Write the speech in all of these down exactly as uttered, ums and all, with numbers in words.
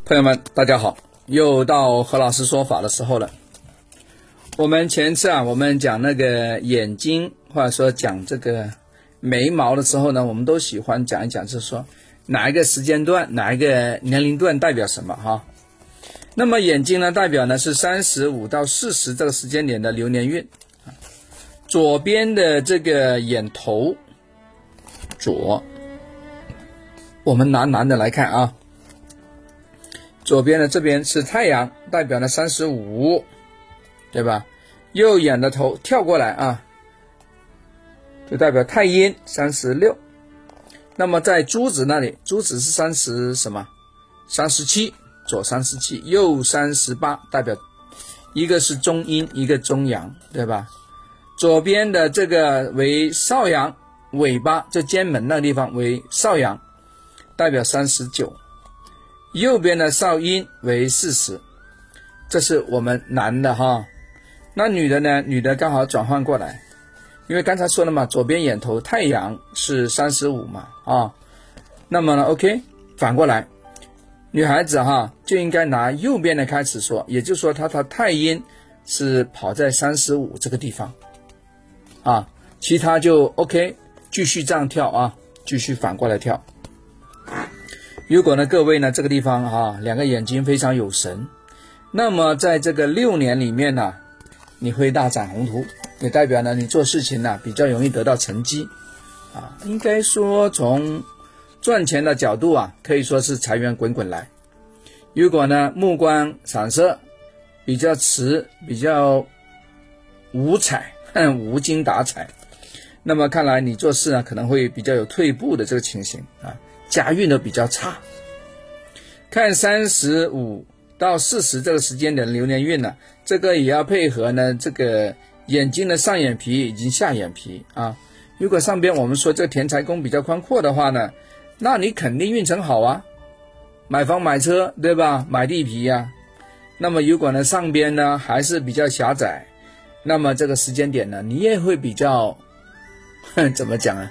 朋友们大家好，又到何老师说法的时候了。我们前次啊我们讲那个眼睛或者说讲这个眉毛的时候呢，我们都喜欢讲一讲，就是说哪一个时间段哪一个年龄段代表什么哈。那么眼睛呢代表呢是三十五到四十这个时间点的流年运，左边的这个眼头左，我们拿男的来看啊，左边的这边是太阳，代表了三十五，对吧？右眼的头跳过来啊，就代表太阴三十六。那么在珠子那里，珠子是三十什么？三十七，左三十七，右三十八，代表一个是中阴，一个中阳，对吧？左边的这个为少阳，尾巴就肩门那个地方为少阳，代表三十九。右边的少阴为四十，这是我们男的哈。那女的呢？女的刚好转换过来，因为刚才说了嘛，左边眼头太阳是三十五嘛啊，那么呢 OK 反过来，女孩子哈就应该拿右边的开始说，也就是说她的太阴是跑在三十五这个地方啊，其他就 OK 继续这样跳啊，继续反过来跳。如果呢各位呢这个地方啊两个眼睛非常有神，那么在这个六年里面呢，你会大展宏图，也代表呢你做事情呢比较容易得到成绩啊。应该说从赚钱的角度啊，可以说是财源滚滚来。如果呢目光闪射，比较迟，比较无彩无精打采，那么看来你做事呢可能会比较有退步的这个情形啊，家运都比较差。看三十五到四十这个时间点的流年运呢，这个也要配合呢这个眼睛的上眼皮以及下眼皮啊。如果上边我们说这个田财宫比较宽阔的话呢，那你肯定运程好啊，买房买车对吧，买地皮啊。那么如果呢上边呢还是比较狭窄，那么这个时间点呢你也会比较怎么讲啊，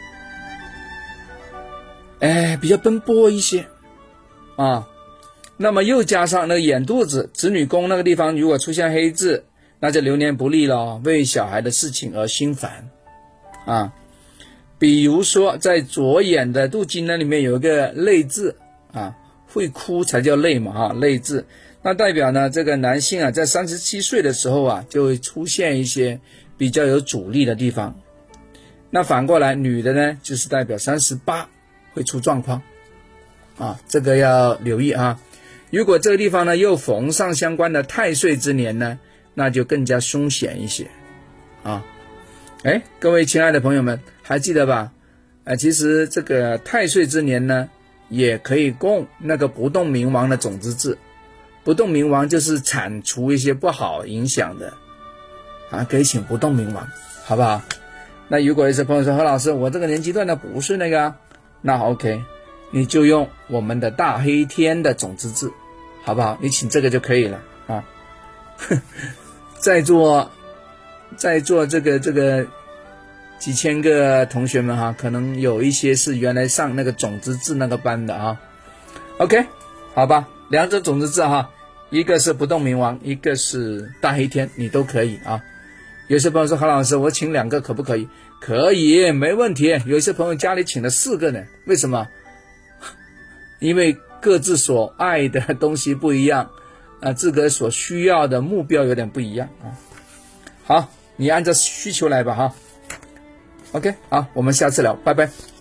哎，比较奔波一些啊。那么又加上那个眼肚子子女宫那个地方如果出现黑痣，那就流年不利了，为小孩的事情而心烦啊。比如说在左眼的肚脐那里面有一个泪痣啊，会哭才叫泪嘛啊，泪痣，那代表呢这个男性啊在三十七岁的时候啊就会出现一些比较有阻力的地方。那反过来女的呢就是代表三十八会出状况啊，这个要留意啊。如果这个地方呢又逢上相关的太岁之年呢，那就更加凶险一些啊。哎，各位亲爱的朋友们还记得吧？呃，其实这个太岁之年呢也可以供那个不动明王的种子字，不动明王就是铲除一些不好影响的啊，可以请不动明王，好不好？那如果有些朋友说何老师我这个年纪段的不是那个啊，那 OK 你就用我们的大黑天的种子字，好不好？你请这个就可以了啊。在座在座这个这个几千个同学们哈，可能有一些是原来上那个种子字那个班的啊。OK 好吧，两者种子字哈，一个是不动明王，一个是大黑天，你都可以啊。有些朋友说何老师我请两个可不可以？可以，没问题。有些朋友家里请了四个呢，为什么？因为各自所爱的东西不一样啊，自个所需要的目标有点不一样啊。好，你按照需求来吧哈。OK 好，我们下次聊，拜拜。